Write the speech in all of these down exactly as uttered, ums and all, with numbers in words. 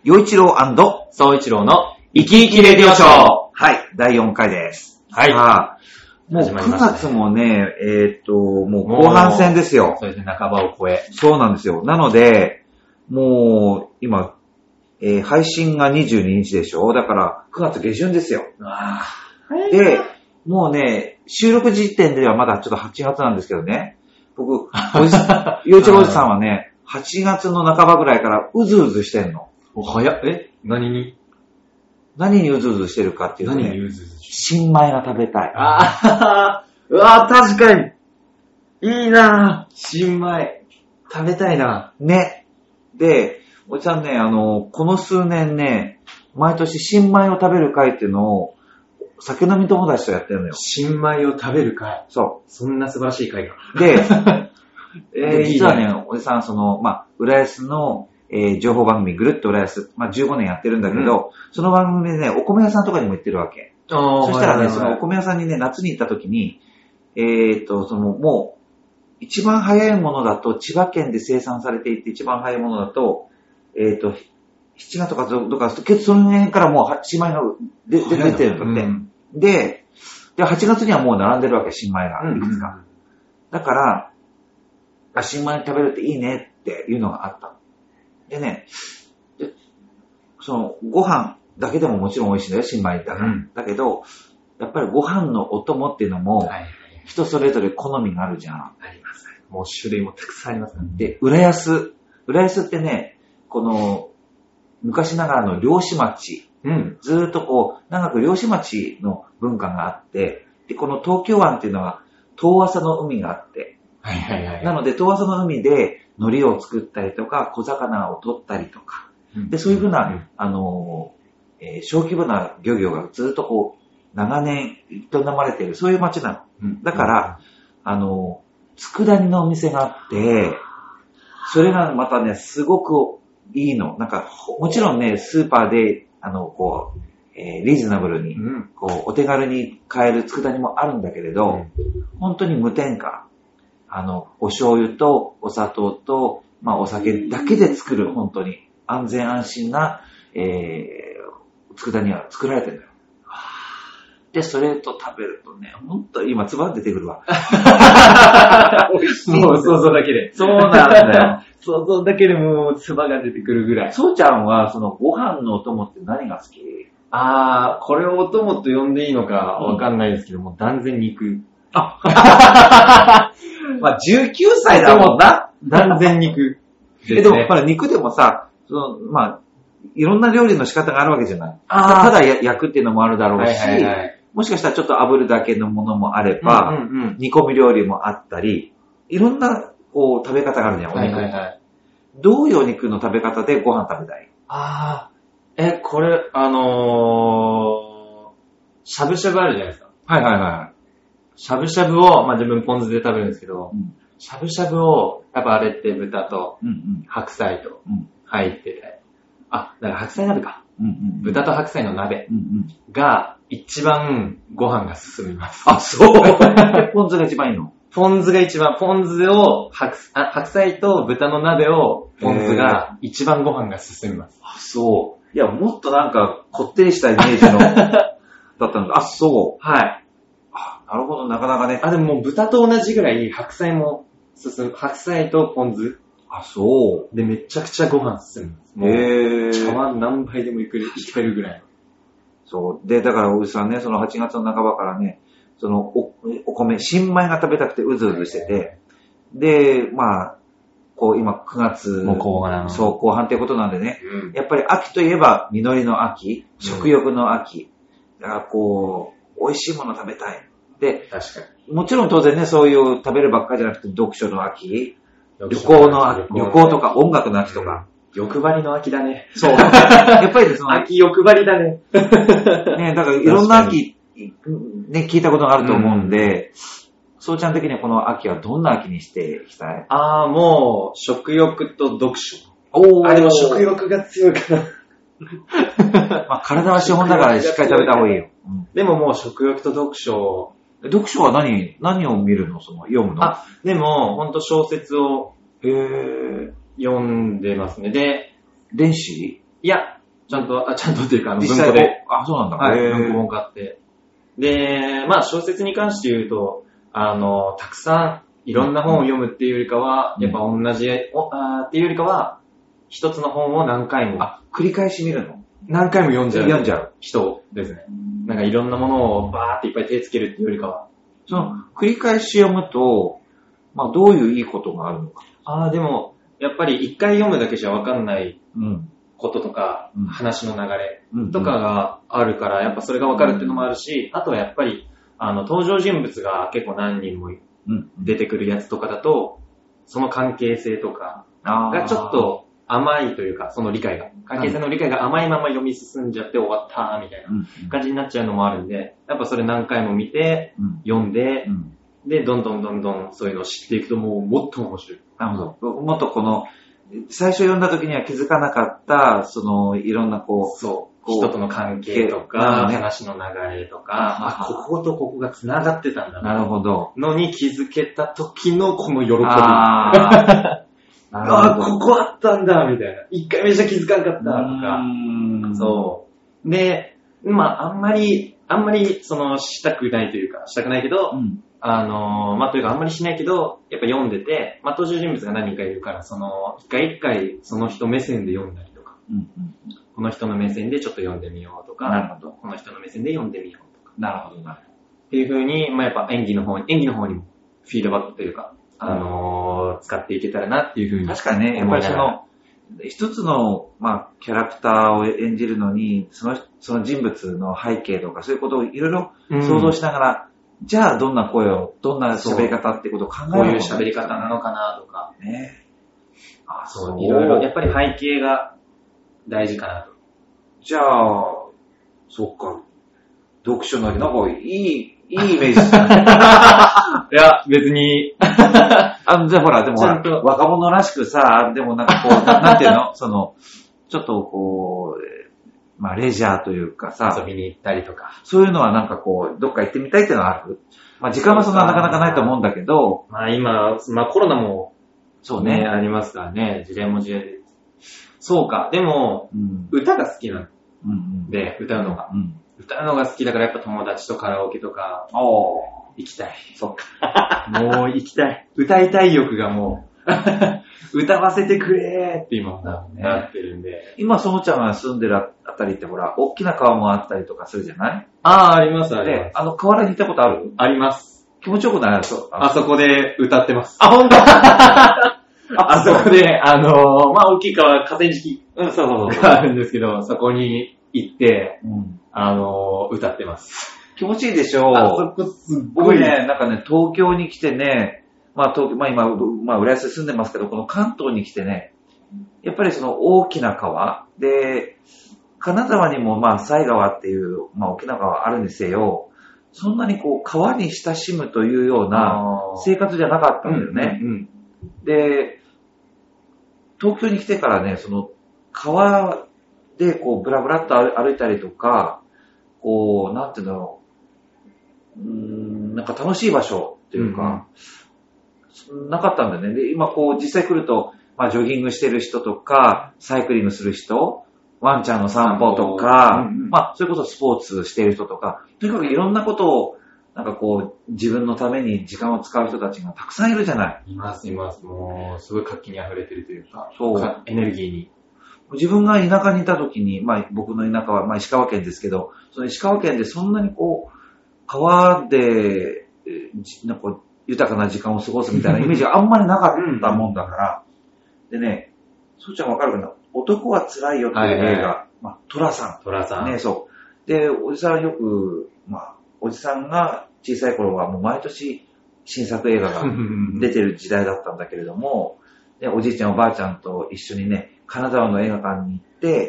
陽一郎& 総一郎の生き生きレディオショー。 はい、だいよんかいです。 はい。 あもうくがつもね、えー、っと、もう後半戦ですよ。 そうですね、半ばを超え。 そうなんですよ。なので、もう、今、えー、配信がにじゅうににちでしょ。だから、くがつ下旬ですよ。 あで、もうね、収録時点ではまだちょっとはちがつなんですけどね。僕、陽一郎おじさんはね、はちがつの半ばぐらいからうずうずしてんの。 お、早っ。え何に何にうずうずしてるかっていうとね、 何にうずうず新米が食べたい。 ああ、うわー、確かに。いいなぁ。新米。食べたいな。 ね。で、おじさんね、あの、この数年ね、毎年新米を食べる会っていうのを、酒飲み友達とやってるのよ。 新米を食べる会。 そう。 そんな素晴らしい会が。 で、えー、 いいね実はね、おじさん、その、まあ、浦安の、えー、情報番組、ぐるっと浦安、まあ、じゅうごねんやってるんだけど、うん、その番組でね、お米屋さんとかにも行ってるわけ。そしたらね、そのお米屋さんにね、夏に行った時に、えーっと、その、もう、一番早いものだと、千葉県で生産されていて一番早いものだと、えーっと、しちがつとかとか、結構その辺からもう新米が出てるんだって、うん。で、で、はちがつにはもう並んでるわけ、新米が。いくつか。うんうん、だから、あ、新米食べるっていいねっていうのがあった。でね、でその、ご飯だけでももちろん美味しいんだよ、新米だから。うん、だけど、やっぱりご飯のお供っていうのも、はい、人それぞれ好みがあるじゃん。あります。もう種類もたくさんありますから、ね。 で、浦安。浦安ってね、この、昔ながらの漁師町。うん、ずーっとこう、長く漁師町の文化があって、で、この東京湾っていうのは、遠浅の海があって、 はいはいはい、 なので、遠浅の海で海苔を作ったりとか、小魚を取ったりとか、うん、で、そういうふうな、うん、あの、えー、小規模な漁業がずっとこう、長年営まれている、そういう町なの。うん、だから、うん、あの、佃煮のお店があって、それがまたね、すごくいいの。なんか、もちろんね、スーパーで、あの、こう、えー、リーズナブルに、うん、こう、お手軽に買える佃煮もあるんだけれど、うん、本当に無添加。あの、お醤油とお砂糖と、まあ、お酒だけで作る、本当に安全安心な、えー、佃煮は作られてるんだよ。で、それと食べるとね、ほんと、今、つば出てくるわ。 もう想像だけで。 そうなんだよ。 想像だけでもう、つばが出てくるぐらい。 そうちゃんは、その、ご飯のお供って何が好き？ あー、これをお供と呼んでいいのかわかんないですけども、うん、断然肉。 あまあ、じゅうきゅうさいだもんな。 断然肉ですね。でも、やっぱり肉でもさ、その、まあ、いろんな料理の仕方があるわけじゃない。ただ焼くっていうのもあるだろうし、はいはいはい、もしかしたらちょっと炙るだけのものもあれば、うんうんうん、煮込み料理もあったり、いろんなこう食べ方があるじゃん、お肉、はいはいはい。どういうお肉の食べ方でご飯食べたい？ あー、え、これ、あのー、しゃぶしゃぶあるじゃないですか。 はいはいはい。 しゃぶしゃぶを、まあ自分ポン酢で食べるんですけど、うん、しゃぶしゃぶを、やっぱあれって豚と白菜と入ってて、うんうん、あ、だから白菜鍋か。うんうん、豚と白菜の鍋が一番ご飯が進みます。 あ、そうポン酢が一番いいの？ ポン酢が一番、ポン酢を白、あ、白菜と豚の鍋をポン酢が一番ご飯が進みます。 あ、そう。いや、もっとなんかこってりしたイメージのだったのか。あ、そう。 はい。 なるほど、なかなかね。 あ、でももう豚と同じぐらい白菜も進む。白菜とポン酢。 あ、そう。 で、めちゃくちゃご飯進むんです。もうへー。茶碗何杯でもいける、いけるぐらい。 そう。で、だからおじさんね、そのはちがつの半ばからね、そのお、お米、新米が食べたくてうずうずしてて、で、まあ、こう今くがつ、 もう後半。 そう、後半っていうことなんでね、うん、やっぱり秋といえば実りの秋、食欲の秋。うん、だからこう、美味しいもの食べたい。で、 確かに。 もちろん当然ね、そういう食べるばっかりじゃなくて、読書の秋、旅行の秋、旅行とか音楽の秋とか。 欲張りの秋だね。 そう。やっぱりその秋欲張りだね。 ね、だからいろんな秋、ね、聞いたことがあると思うんで、そうちゃん的にはこの秋はどんな秋にしていきたい？ ああ、もう、食欲と読書。おー。あ、でも食欲が強いから。 まあ、体は資本だからしっかり食べた方がいいよ。 うん、でももう食欲と読書。 読書は何、何を見るの？その読むの？ あ、でも、ほんと小説をへー読んでますね。で、 電子？ いや、ちゃんと、あ、ちゃんとっていうか、あの文庫で。 あ、そうなんだ。 はい、文庫本買って。で、まあ小説に関して言うと、あの、たくさんいろんな本を読むっていうよりかは、うん、やっぱ同じ、おあっていうよりかは、一つの本を何回も。 あ、繰り返し見るの？ 何回も読んじゃう。 読んじゃう。 人ですね。なんかいろんなものをバーっていっぱい手つけるっていうよりかは。 その、繰り返し読むと、まあどういういいことがあるのか。 ああ、でも、やっぱり一回読むだけじゃわかんないこととか、 うん、 話の流れとかがあるから、やっぱそれがわかるっていうのもあるし、あとはやっぱり、あの、登場人物が結構何人も出てくるやつとかだと、その関係性とかがちょっと甘いというか、その理解が、関係性の理解が甘いまま読み進んじゃって終わったみたいな感じになっちゃうのもあるんで、やっぱそれ何回も見て、読んで、で、どんどんどんどんそういうのを知っていくともうもっと面白い。 なるほど。もっとこの、最初読んだ時には気づかなかった、その、いろんなこう、そう、人との関係とか、ね、話の流れとか、あ、こことここが繋がってたんだなるほど。 のに気づけた時のこの喜び。ああ、ここあったんだ、みたいな。一回目じゃ気づかなかった、とか。そう。で、まあ、あんまり、あんまり、その、したくないというか、したくないけど、うん、あの、まあ、というかあんまりしないけど、やっぱ読んでて、まあ、登場人物が何人かいるから、その、一回一回その人目線で読んだりとか、うんうん、この人の目線でちょっと読んでみようとか、 なるほど。 この人の目線で読んでみようとか。 なるほど、なるほど。 っていう風に、まあ、やっぱ演技の方に、演技の方にもフィードバックというか、あのー、使っていけたらなっていう風に。 確かにね、やっぱりその、一つの、まあ、キャラクターを演じるのに、その、その人物の背景とか、そういうことをいろいろ想像しながら、うん、じゃあどんな声を、どんな喋り方ってことを考えるのか。 こういう喋り方なのかなとか。 ね。 あ、そう。いろいろ、やっぱり背景が大事かなと。 じゃあ、そっか。読書のなんかいい、いいイメージですね。 いや、別に。 あの、じゃあほら、でもほら、若者らしくさ、でもなんかこう、な, なんていうのその、ちょっとこう、まあレジャーというかさ、 遊びに行ったりとか。 そういうのはなんかこう、どっか行ってみたいっていうのはある？まあ時間はそんななかなかないと思うんだけど。 まあ今、まあコロナも、そうね、ありますからね、時代も時代で。そうか、でも、うん、歌が好きなんで、うんうん、歌うのが、うん。歌うのが好きだからやっぱ友達とカラオケとか、 お行きたい。 そっか。 もう行きたい。歌いたい欲がもう、歌わせてくれーって今なってるんで。 今、そのちゃんが住んでるあたりってほら、大きな川もあったりとかするじゃない？ ああ、ありますあります。 あの、河原に行ったことある？ あります。 気持ちよくない？ あそこで歌ってます。 あ、ほんと？ あそこで、あのー、まあ、大きい川、河川敷うん、そうそうそう。 があるんですけど、そこに行って、うん、あのー、歌ってます。 気持ちいいでしょう。 あそこすっごいね、なんかね、東京に来てね、まあ東京、まあ今、まあ浦安に住んでますけど、この関東に来てね、やっぱりその大きな川で、金沢にもまあ犀川っていう、まあ大きな川あるんですよ。そんなにこう川に親しむというような生活じゃなかったんだよね。うんうんうん、で、東京に来てからね、その川でこうブラブラっと歩いたりとか、こう、なんていうんだろう、うーん、なんか楽しい場所っていうか、うん、なかったんだよね。で、今こう実際来ると、まあジョギングしてる人とか、サイクリングする人、ワンちゃんの散歩とか、うんうん、まあそれこそスポーツしてる人とか、とにかくいろんなことを、なんかこう、自分のために時間を使う人たちがたくさんいるじゃない。 います、います。もう、すごい活気に溢れてるというか、そう。エネルギーに。 自分が田舎にいた時に、まあ僕の田舎は、まあ石川県ですけど、その石川県でそんなにこう、川で、なんか豊かな時間を過ごすみたいなイメージがあんまりなかったもんだから、でね、そうちゃんわかるかな？男は辛いよっていう映画、はいはい、まあ、トラさん。 トラさん。 ね、そう。で、おじさんよく、まあ、おじさんが小さい頃はもう毎年新作映画が出てる時代だったんだけれども、でおじいちゃんおばあちゃんと一緒にね、金沢の映画館に行って、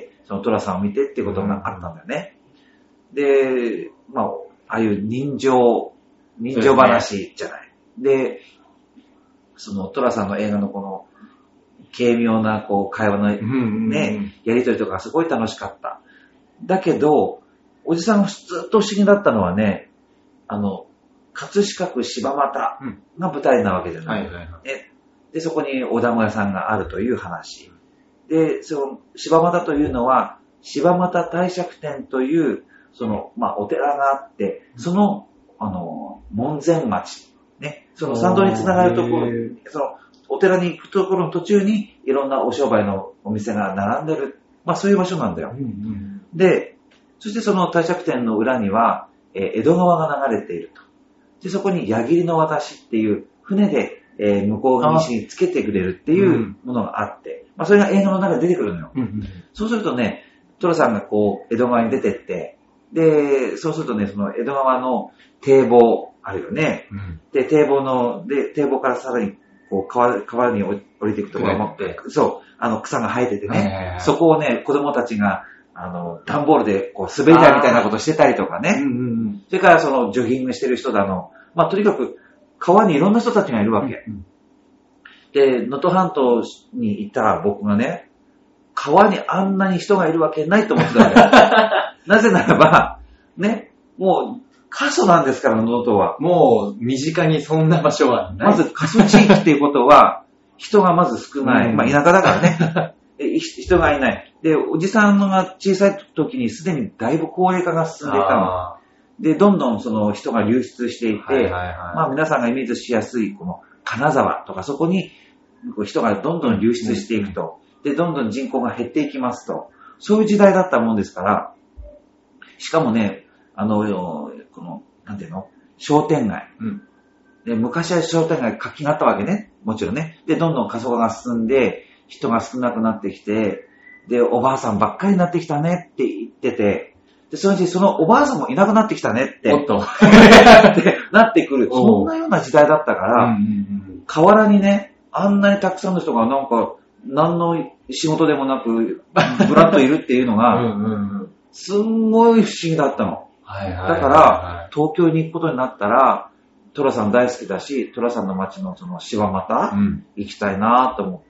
そのトラさんを見てっていうことがあったんだよね。で、まあ、ああいう人情、人情話じゃない。で、そのトラさんの映画のこの軽妙なこう会話のね、うんうんうん、やりとりとかすごい楽しかった。だけど、おじさんがずっと不思議だったのはね、あの、葛飾区柴又が舞台なわけじゃない。うんはいはいはい、で、そこにお団子屋さんがあるという話。 で、その、柴又というのは、柴又帝釈天という、その、まあ、お寺があって、その、あの、門前町、ね、その参道につながるところ、その、お寺に行くところの途中に、いろんなお商売のお店が並んでる、まあ、そういう場所なんだよ。うんうん、で、そしてその帝釈天の裏には、えー、江戸川が流れていると。で、そこに矢切の渡しっていう船で、えー、向こうの岸につけてくれるっていうものがあって、まあ、それが映画の中で出てくるのよ。うんうん、そうするとね、トラさんがこう、江戸川に出てって、で、そうするとね、その江戸川の堤防あるよね。うん、で、堤防の、で、堤防からさらに、こう、川、川に降りていくところが持って、そう、あの、草が生えててね、はいはいはい、そこをね、子供たちが、あの、段ボールでこう滑り台みたいなことしてたりとかね。うんうんうん、それからそのジョギングしてる人だの。まあ、とにかく川にいろんな人たちがいるわけ。うんうん、で、能登半島にいた僕がね、川にあんなに人がいるわけないと思ってたわけ。なぜならば、ね、もう過疎なんですから、能登は。 もう身近にそんな場所はない。 まず過疎地域っていうことは、人がまず少ない。うん、まあ、田舎だからね。人がいない。で、おじさんが小さい時にすでにだいぶ高齢化が進んでいたの。で、どんどんその人が流出していて、はいはいはい、まあ皆さんがイメージしやすいこの金沢とかそこに人がどんどん流出していくと。で、どんどん人口が減っていきますと。そういう時代だったもんですから、しかもね、あの、この、なんていうの商店街。うん、で昔は商店街活気があったわけね。もちろんね。で、どんどん過疎化が進んで、人が少なくなってきて、で、おばあさんばっかりになってきたねって言ってて、で、そのうちそのおばあさんもいなくなってきたねって、 おっとってなってくる。そんなような時代だったから、うんうんうん、河原にね、あんなにたくさんの人がなんか、何の仕事でもなく、ぶらっといるっていうのが、うんうんうん、すんごい不思議だったの。はいはいはいはい、だから、東京に行くことになったら、トラさん大好きだし、トラさんの町のその柴又、うん、行きたいなと思って、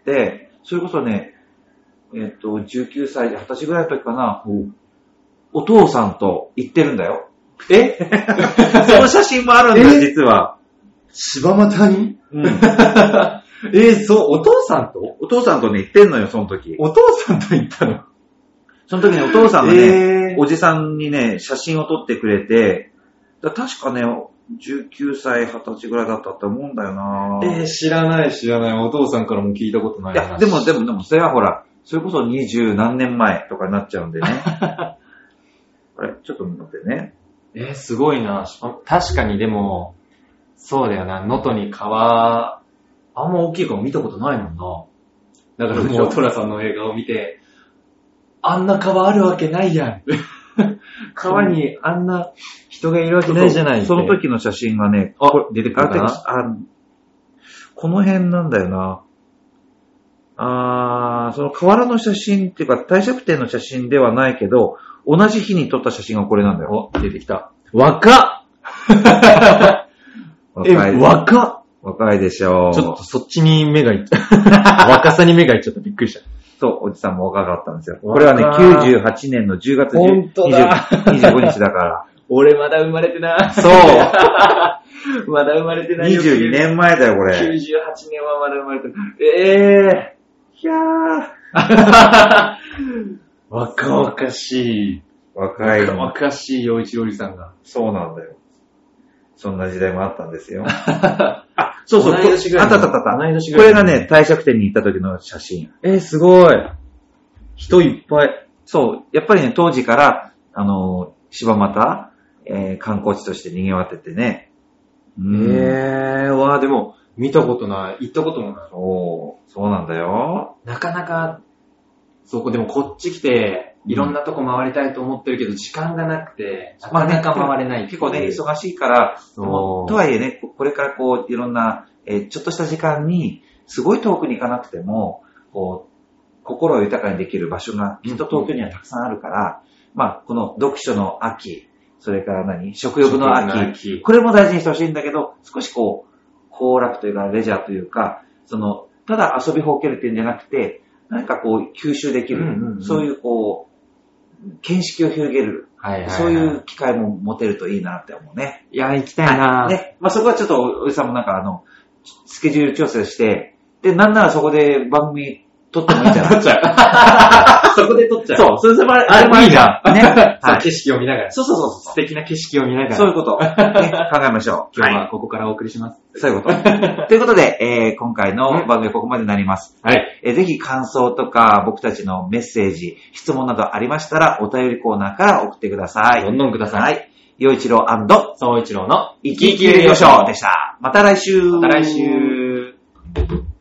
それこそね、えっと、じゅうきゅうさいではたちぐらいの時かな、お父さんと行ってるんだよ。えその写真もあるんだよ、実は。 柴又にうん。えー、そう、お父さんとお父さんとね、行ってんのよ、その時。 お父さんと行ったのその時にお父さんがね、えー、おじさんにね、写真を撮ってくれて、だ確かね、じゅうきゅうさい、はたちぐらいだったと思うんだよなえー、知らない知らない。お父さんからも聞いたことないな。 いや、でもでもでも、それはほら、それこそ二十何年前とかになっちゃうんでね。あれ、ちょっと待ってね。 えー、すごいな。確かにでも、そうだよな。能登に川、あんま大きい川見たことないもんな。だからもうトラさんの映画を見て、あんな川あるわけないやん。川にあんな人がいるわけないじゃない。 その時の写真がね、 あ、出てくるかなあこの辺なんだよな。あー、その河原の写真っていうか、帝釈天の写真ではないけど、同じ日に撮った写真がこれなんだよ。 お、出てきた。若っ若い。 え、若っ若いでしょう。 ちょっとそっちに目がいっちゃった。若さに目がいっちゃった。びっくりした。 そう、おじさんも若かったんですよ。これはね、きゅうじゅうはちねんのじゅうがつにじゅうごにちだから。 俺まだ生まれてない。 そう。 まだ生まれてないよ。 にじゅうにねんまえだよ、これ。 きゅうじゅうはちねんはまだ生まれてない。ええー。 ひゃー。若々しい。 若い。 若々しい陽一郎さんが。 そうなんだよ。そんな時代もあったんですよ。あ、そうそう。あったあったあった。これがね、帝釈天に行った時の写真。 えー、すごい。人いっぱい。 そう。やっぱりね、当時から、あの、柴又、えー、観光地として賑わっててね。 うん、えー、わー、でも、見たことない。行ったこともない。 そう。そうなんだよ。 なかなか、そこでもこっち来て、いろんなとこ回りたいと思ってるけど、時間がなくて、なかなか回れない、 ね。結構ね、忙しいから、とはいえね、これからこう、いろんな、えー、ちょっとした時間に、すごい遠くに行かなくても、こう、心を豊かにできる場所がきっと東京にはたくさんあるから、うん、まあ、この読書の秋、それから何食欲の秋、の秋これも大事にしてほしいんだけど、少しこう、行楽というか、レジャーというか、その、ただ遊びほうけるっていうんじゃなくて、何かこう、吸収できる、うんうんうん、そういうこう、見識を広げる、はいはいはい、そういう機会も持てるといいなって思うね。 いや、行きたいな、 ね。まあ、そこはちょっと、おじさんもなんかあの、スケジュール調整して、で、なんならそこで番組撮ってもいいんじゃない？ 撮っちゃう。そこで撮っちゃう。 そう、それでもあ、いいな。 ね。 はい。景色を見ながら。 そうそうそうそう。 素敵な景色を見ながら。 そういうこと。ね、考えましょう。今日はここからお送りします。 そういうこと。ということで、えー、今回の番組はここまでになります。 はい。 えー、ぜひ感想とか僕たちのメッセージ、質問などありましたらお便りコーナーから送ってください。 どんどんください。 はい。陽一郎& 総一郎の生き生きレディオショーでした。また来週。 また来週。